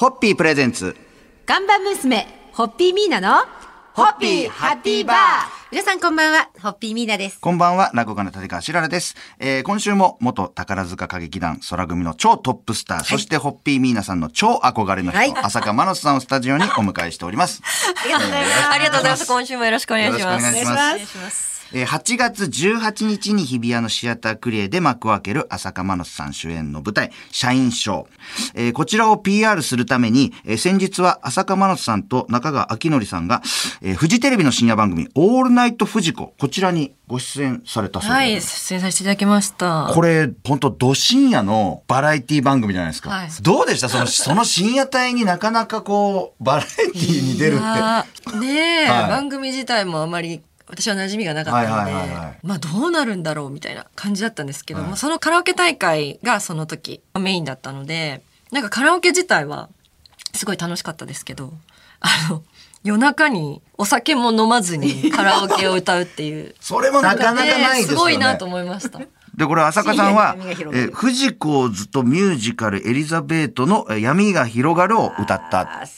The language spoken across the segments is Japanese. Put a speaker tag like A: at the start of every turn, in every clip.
A: ホッピープレゼンツ
B: 看板娘、ホッピーミーナの
A: ホッピーハッピーバー。
B: 皆さんこんばんは、ホッピーミーナです。
A: こんばんは、落語家の立川しららです。今週も元宝塚歌劇団空組の超トップスター、そしてホッピーミーナさんの超憧れの人、浅香真乃さんをスタジオにお迎えしております。
B: ありがとうございます。
C: ありがとうございます。今週もよろしくお願いします。
A: よろしくお願いします。8月18日に日比谷のシアタークリエで幕を開ける浅香真乃さん主演の舞台社員賞、こちらを PR するために、先日は浅香真乃さんと中川明典さんが、フジテレビの深夜番組オールナイトフジコ、こちらにご出演されたそうです。
C: はい、出演させていただきました。
A: これ本当ど深夜のバラエティ番組じゃないですか、はい、どうでした？その深夜帯になかなかこうバラエティに出るって
C: ねえ、
A: はい、
C: 番組自体もあまり私は馴染みがなかったので、まあどうなるんだろうみたいな感じだったんですけども、そのカラオケ大会がその時メインだったので、なんかカラオケ自体はすごい楽しかったですけど、夜中にお酒も飲まずにカラオケを歌うっていう
A: それもなかなかないですよね。
C: すごいなと思いました。
A: で、これ浅香さんは、フジコーズとミュージカルエリザベートの闇が広がるを歌った。
C: はい。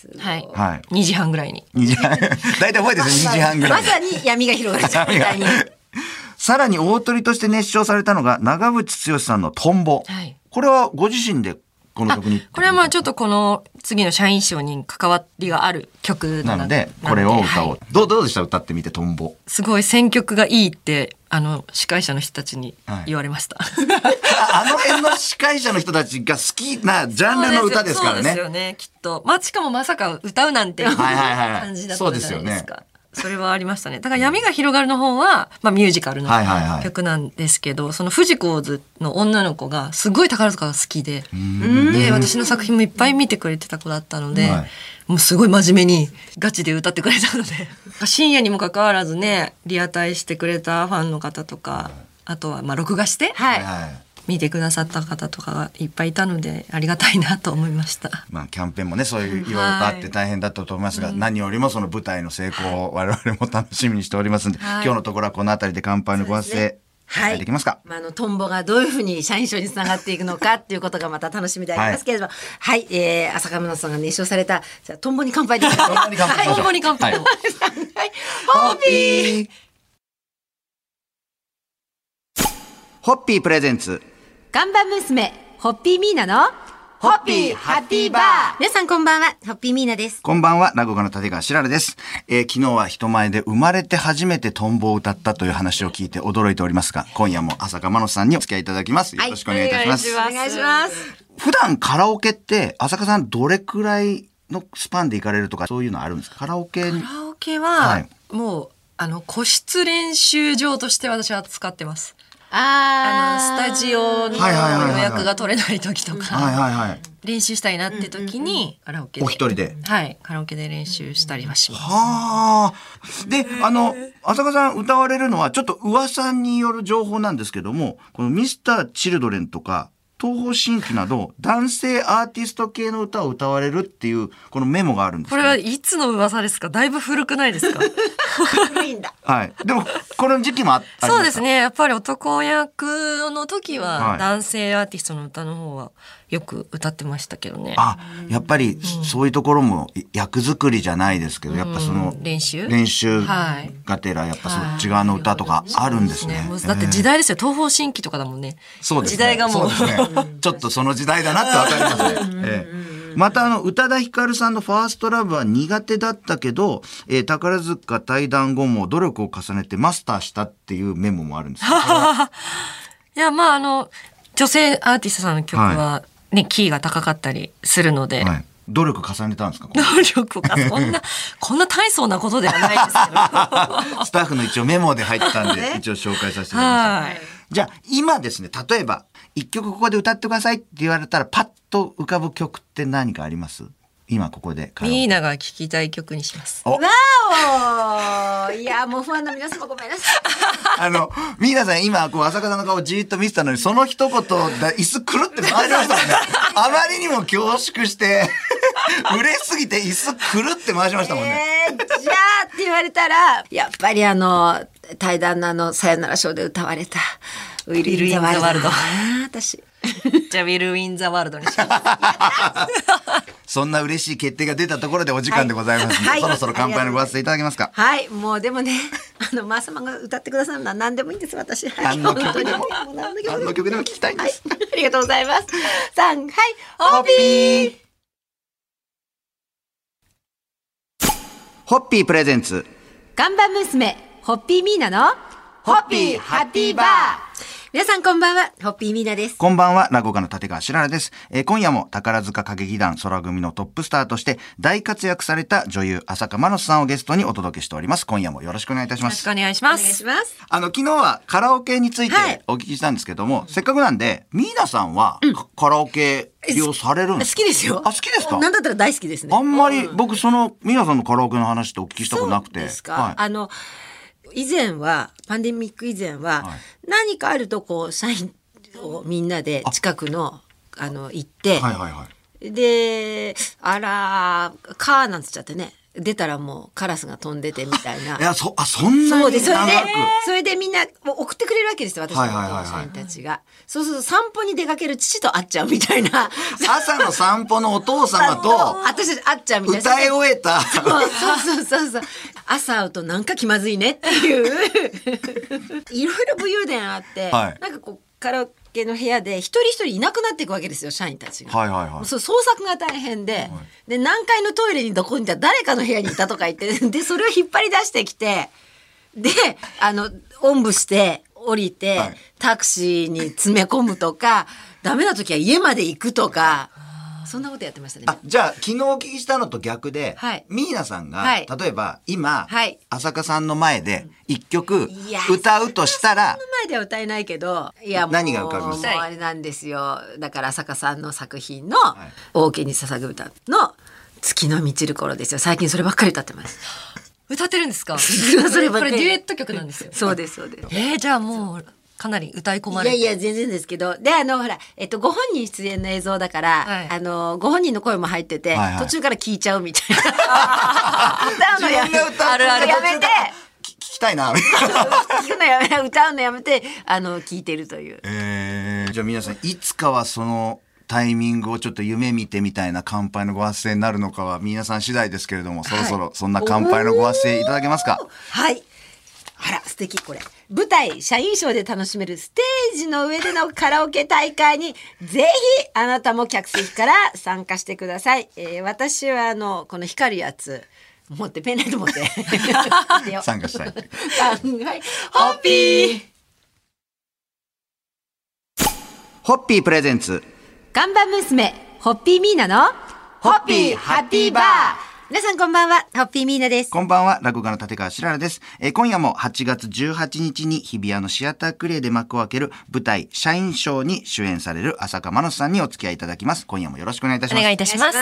C: はい。2時半ぐらいに。
A: 2時半。大体覚えてるんですね、2時半ぐらい。
B: まさに闇が広がる。
A: さらに大トリとして熱唱されたのが長渕剛さんのトンボ。はい。これはご自身でこの曲に。
C: これはまあちょっとこの次の社員賞に関わりがある曲
A: なので、これを歌おう。はい、どうでした？歌ってみてトンボ。
C: すごい選曲がいいって司会者の人たちに言われました。はい、
A: あの辺の司会者の人たちが好きなジャンルの歌ですからね。
C: そうですよね、きっと。まあしかもまさか歌うなんていう感じだったじゃないですか。そうですよね。それはありましたね。だから闇が広がるの方は、まあミュージカルの曲なんですけど、そのフジコーズの女の子がすごい宝塚が好きで、で、私の作品もいっぱい見てくれてた子だったので、もうすごい真面目にガチで歌ってくれたので、深夜にもかかわらずね、リアタイしてくれたファンの方とか、あとはまあ録画して、見てくださった方とかがいっぱいいたのでありがたいなと思いました。
A: まあキャンペーンもねそういういろいろあって大変だったと思いますが、何よりもその舞台の成功を我々も楽しみにしておりますので、今日のところはこのあたりで乾杯のご発声できますか？
B: トンボがどういうふうに社員賞につながっていくのかっていうことがまた楽しみでありますけれども、はい、浅香真乃さんが熱唱されたじゃあトンボに乾杯ですね。
C: トンボに乾杯。
B: ホッピー。
A: ホッピープレゼンツ
B: 看板娘、ホッピーミーナの
A: ホッピーハッピーバー。
B: 皆さんこんばんは、ホッピーミーナです。
A: こんばんは、落語家の立川しららです。昨日は人前で生まれて初めてトンボを歌ったという話を聞いて驚いておりますが、今夜も浅香真乃さんにお付き合いいただきます。よろしくお願いいたします。
B: お願いします。
A: 普段カラオケって浅香さんどれくらいのスパンで行かれるとかそういうのあるんですか？カラオケ
C: は、もう個室練習場として私は使ってます。スタジオの予約が取れない時とか練習したいなって時にカラオケで
A: お一人で
C: カラオケで練習したりはします。
A: はあ。で浅香さん歌われるのはちょっと噂による情報なんですけども、このミスターチルドレンとか東方神起など男性アーティスト系の歌を歌われるっていうこのメモがあるんです。
C: これはいつの噂ですか？だいぶ古くないですか？
B: 古いんだ。
A: はい。でもこの時期もありますか？
C: そうですね。やっぱり男役の時は男性アーティストの歌の方はよく歌ってましたけどね。
A: やっぱりそういうところも役作りじゃないですけど、やっぱその練習がてらやっぱそっち側の歌とかあるんですね。
C: だって時代ですよ。東方神起とかだもんね。
A: そうですね。
C: 時代がもう。
A: そうですね。ちょっとその時代だなってわかりますね。また宇多田ヒカルさんのファーストラブは苦手だったけど、宝塚退団後も努力を重ねてマスターしたっていうメモもあるんですよ。
C: いや、まあ女性アーティストさんの曲はね、キーが高かったりするので。
A: 努力重ねたんですか？
C: 努力か、こんな大層なことではないですけど。
A: スタッフの一応メモで入ったんで、一応紹介させていただきました。じゃあ今ですね、例えば一曲ここで歌ってくださいって言われたらパッと浮かぶ曲って何かあります？今ここで
C: ミーナが聴きたい曲にします。
B: わお。いやもうファンの皆様ごめんなさい。
A: ミーナさん今こう浅香さんの顔じーっと見てたのに、その一言で椅子くるって回りましたもんね。あまりにも恐縮して売れすぎて椅子くるって回しましたもんね。
B: じゃあって言われたらやっぱり対談のさよならショーで歌われたウィル・イン・ザ・ワールド。私
C: じゃあウィル・イン・ザ・ワールドにします。
A: そんな嬉しい決定が出たところでお時間でございますので、そろそろ乾杯のご発声いただけますか。
B: はい、もうでもね、マー様が歌ってくださるのは何でもいいんです、私。
A: 何の曲でも何の曲でも聞きたいんです。
B: ありがとうございます。はい、ホッピー。
A: ホッピープレゼンツ。
B: 看板娘、ホッピーミーナのホッピーハッピーバー。皆さんこんばんは、ホッピーミーナです。
A: こんばんは、落語家の立川しららです。今夜も宝塚歌劇団空組のトップスターとして大活躍された女優浅香真乃さんをゲストにお届けしております。今夜もよろしくお願いいたします。
C: よろしくお願いします。
B: お願いします。
A: 昨日はカラオケについてお聞きしたんですけども、せっかくなんで、ミーナさんはカラオケ利用されるんですか？
B: 好きですよ。
A: 好きですか？
B: なんだったら大好きですね。
A: あんまり僕ミーナさんのカラオケの話ってお聞きしたことなくて。
B: そうですか。以前はパンデミック以前は、何かあると社員をみんなで近くの行って、でカーなんつっちゃってね、出たらもうカラスが飛んでてみたいな。
A: いやそんなに長く。
B: それでみんな送ってくれるわけですよ、私の社員たちが。そうすると散歩に出かける父と会っちゃうみたいな。
A: 朝の散歩のお父様と
B: 私会っちゃうみたいな。
A: 歌い終えた。
B: そう。朝会うとなんか気まずいねっていう。いろいろ武勇伝あって、なんかカラオケの部屋で一人一人いなくなっていくわけですよ、社員たちが。そう、捜索が大変で、で何階のトイレにどこにいた誰かの部屋にいたとか言って、でそれを引っ張り出してきて、でおんぶして降りて、タクシーに詰め込むとか、ダメな時は家まで行くとか。そんなことやってましたね。
A: じゃあ昨日お聞きしたのと逆で、ミーナさんが、例えば今、浅香さんの前で一曲歌うとしたら、
B: その前では歌えないけど、
A: 何が浮かびますか？
B: あれなんですよ。だから浅香さんの作品の王家に捧ぐ歌の月の満ちる頃ですよ。最近そればっかり歌ってます。
C: 歌ってるんですか？
B: それ
C: これデュエット曲なんですよ。
B: そうです。
C: じゃあもうかなり歌い込まれて。
B: いや全然ですけど、でほらご本人出演の映像だから、ご本人の声も入ってて、途中から聞いちゃうみたいな。歌うのやめて
A: 聞きたいな。
B: 聞くのやめて、歌うのやめて聞いてるという。
A: じゃあ皆さんいつかはそのタイミングをちょっと夢見てみたいな乾杯のご発声になるのかは皆さん次第ですけれども、そろそろそんな乾杯のご発声いただけますか？
B: はい。あら素敵。これ舞台社員賞で楽しめるステージの上でのカラオケ大会にぜひあなたも客席から参加してください。私はこの光るやつ持ってペンライト持って
A: 参加したい。
B: ホッピー。
A: ホッピープレゼンツ。
B: 看板娘ホッピーミーナのホッピーハッピーバー。皆さんこんばんは、ホッピーミーナです。
A: こんばんは、落語家の立川しららです。今夜も8月18日に日比谷のシアタークレイで幕を開ける舞台社員賞に主演される浅香真乃さんにお付き合いいただきます。今夜もよろしくお願いいたします。
C: お願いいたします。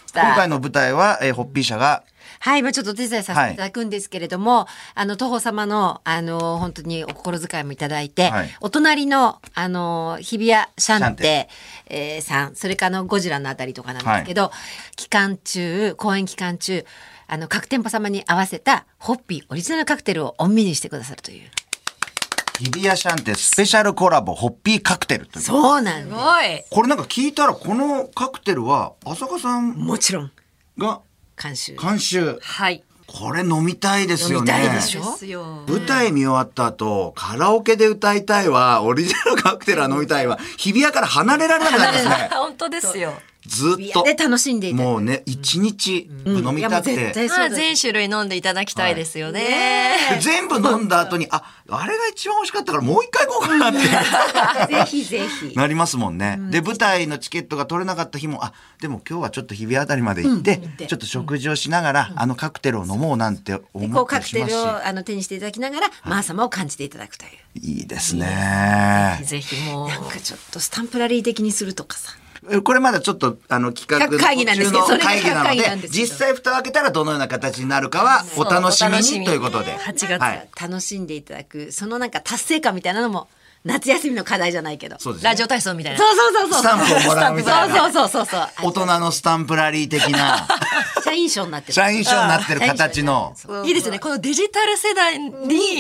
A: 今回の舞台は、ホッピー社が
B: はい、ちょっとお手伝いさせていただくんですけれども、東宝様の本当にお心遣いもいただいて、お隣の日比谷シャンテ、さん、それからゴジラのあたりとかなんですけど、公演期間中各店舗様に合わせたホッピーオリジナルカクテルをお見にしてくださるという。
A: 日比谷シャンテスペシャルコラボホッピーカクテルという。
B: そうなんです。
A: これなんか聞いたらこのカクテルは浅香さん
B: もちろん
A: が
B: 監修。
C: はい。
A: これ飲みたいですよね。
B: 飲みたいでしょ。
A: 舞台見終わった後、カラオケで歌いたいわ、オリジナルカクテルは飲みたいわ、日比谷から離れられなくなりますね。
C: 本当ですよ。
A: ずっと
B: で楽しんでいただく。
A: もうね、一日飲みたくて、
C: 全種類飲んでいただきたいですよね。
A: 全部飲んだ後にあれが一番美味しかったからもう一回行こうかなって
B: ぜひぜひ
A: なりますもんね。で舞台のチケットが取れなかった日もでも今日はちょっと日比谷あたりまで行って、ちょっと食事をしながら、カクテルを飲もうなんて思ったりしますし、
B: カクテルを手にしていただきながら、マー様を感じていただくという。
A: いいですね。
C: ぜひもう
B: なんかちょっとスタンプラリー的にするとかさ。
A: これまだちょっと企画の
B: 会議なんですけど、それが
A: 会議なの
B: 会議なんですけど、
A: 実際蓋を開けたらどのような形になるかはお楽しみにということで、
C: 8月、
B: 楽しんでいただくそのなんか達成感みたいなのも夏休みの課題じゃないけど、
A: そうですね、
C: ラジオ体操みたいな、
B: そう
A: スタンプをもらうみたいな、
B: そう
A: 大人のスタンプラリー的な
B: 社員賞になってる
A: 社員賞になってる形の
C: いいですね。このデジタル世代に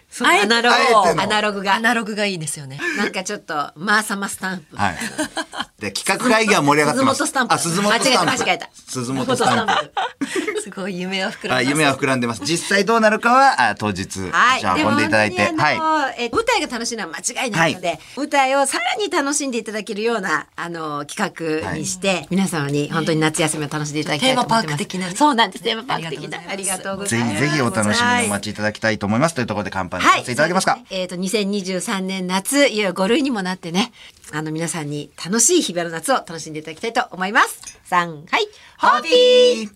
B: アナログ
C: がいいですよね。
B: なんかちょっとマーサマスタンプ。
A: はい。で企画会議は盛り上がってます。
B: 鈴本スタンプ。
A: 鈴本スタンプ。
B: 間違えた。
A: 鈴本スタン
C: プ。すごい夢は膨らんでます。
A: 夢は膨らんでます。実際どうなるかは当日じゃあ運んでいただいて、
B: はい。舞台が楽しいのは間違いないので、舞台をさらに楽しんでいただけるような企画にして、皆様に本当に夏休みを楽しんでいただきたいと思ってます。
C: テーマパーク的な。
B: そうなんです。テーマパーク的な。ありがとうございます。
A: ぜひぜひお楽しみにお待ちいただきたいと思います。というところで乾杯させていただけますか。
B: 2023年夏、いよいよ5類にもなってね、皆さんに楽しい日々の夏を楽しんでいただきたいと思います。3、はい。ホッピー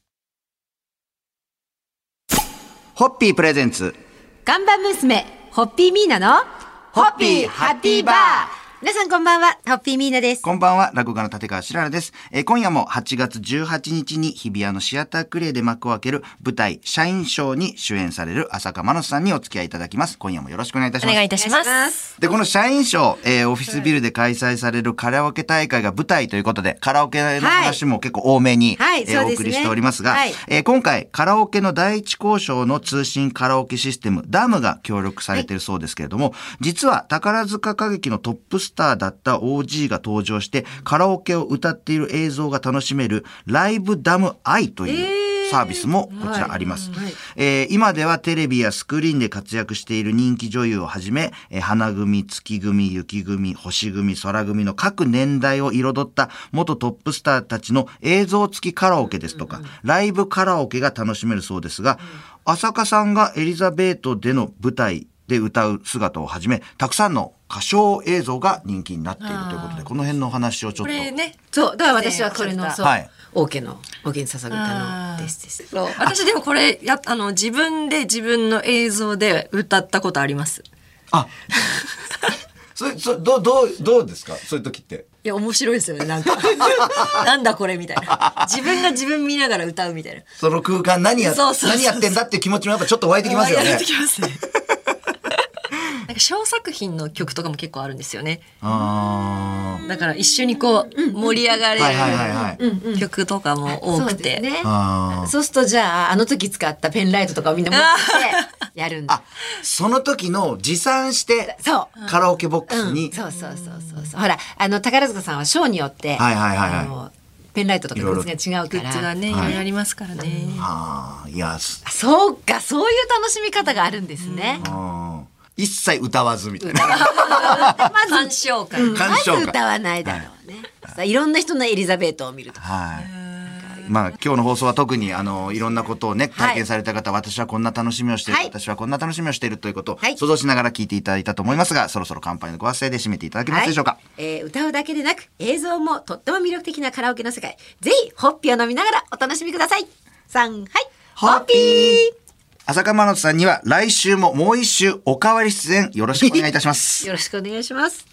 A: ホッピープレゼンツ。
B: 看板娘、ホッピーミーナのホッピーハッピーバー。皆さんこんばんは、ホッピーミーナです。
A: こんばんは、落語家の立川しららです。今夜も8月18日に日比谷のシアタークレイで幕を開ける舞台社員賞に主演される浅香真乃さんにお付き合いいただきます。今夜もよろしくお願いいたします。
C: お願いいたします。
A: で、この社員賞、オフィスビルで開催されるカラオケ大会が舞台ということで、カラオケの話も結構多めに、お送りしておりますが、今回カラオケの第一交渉の通信カラオケシステムダムが協力されているそうですけれども、実は宝塚歌劇のトップスターだったOG が登場してカラオケを歌っている映像が楽しめるライブダムアイというサービスもこちらあります。今ではテレビやスクリーンで活躍している人気女優をはじめ、花組、月組、雪組、星組、空組の各年代を彩った元トップスターたちの映像付きカラオケですとか、ライブカラオケが楽しめるそうですが、浅香さんがエリザベートでの舞台で歌う姿をはじめ、たくさんの歌唱映像が人気になっているということで、この辺のお話をちょっと。こ
B: れね、そう、だから私はこれの、そう、王家に捧ぐ歌のです。
C: 私でもこれ自分で自分の映像で歌ったことあります。
A: あ、どうですか、そういう時って。
C: いや、面白いですよね、なんか。なんだこれみたいな。自分が自分見ながら歌うみたいな。
A: その空間何やってんだっていう気持ちもやっぱちょっと湧いてきますよね。
C: 湧いてきますね。なんか小作品の曲とかも結構あるんですよね。だから一緒にこう盛り上がれる曲とかも多くて。
B: そうするとじゃあ時使ったペンライトとかをみんな持ってやるんだ。
A: その時の持参してカラオケボックスに。
B: そう。ほら宝塚さんはショーによってペンライトとかグッズが違うから。
C: グッズがね、いろいろありますからね。
A: いや、
B: そうか、そういう楽しみ方があるんですね。
A: 一切歌わずみたいな。
C: まず鑑賞会。
B: まず歌わないだろうね。いろんな人のエリザベートを見ると。
A: まあ今日の放送は特にいろんなことをね体験された方、私はこんな楽しみをしている、私はこんな楽しみをしているということを想像しながら聞いていただいたと思いますが、そろそろ乾杯のご発声で締めていただけますでしょうか。
B: 歌うだけでなく映像もとっても魅力的なカラオケの世界、ぜひホッピーを飲みながらお楽しみください。3、はい、ホッピー。
A: 浅香真乃さんには来週ももう一週おかわり出演よろしくお願いいたします。
B: よろしくお願いします。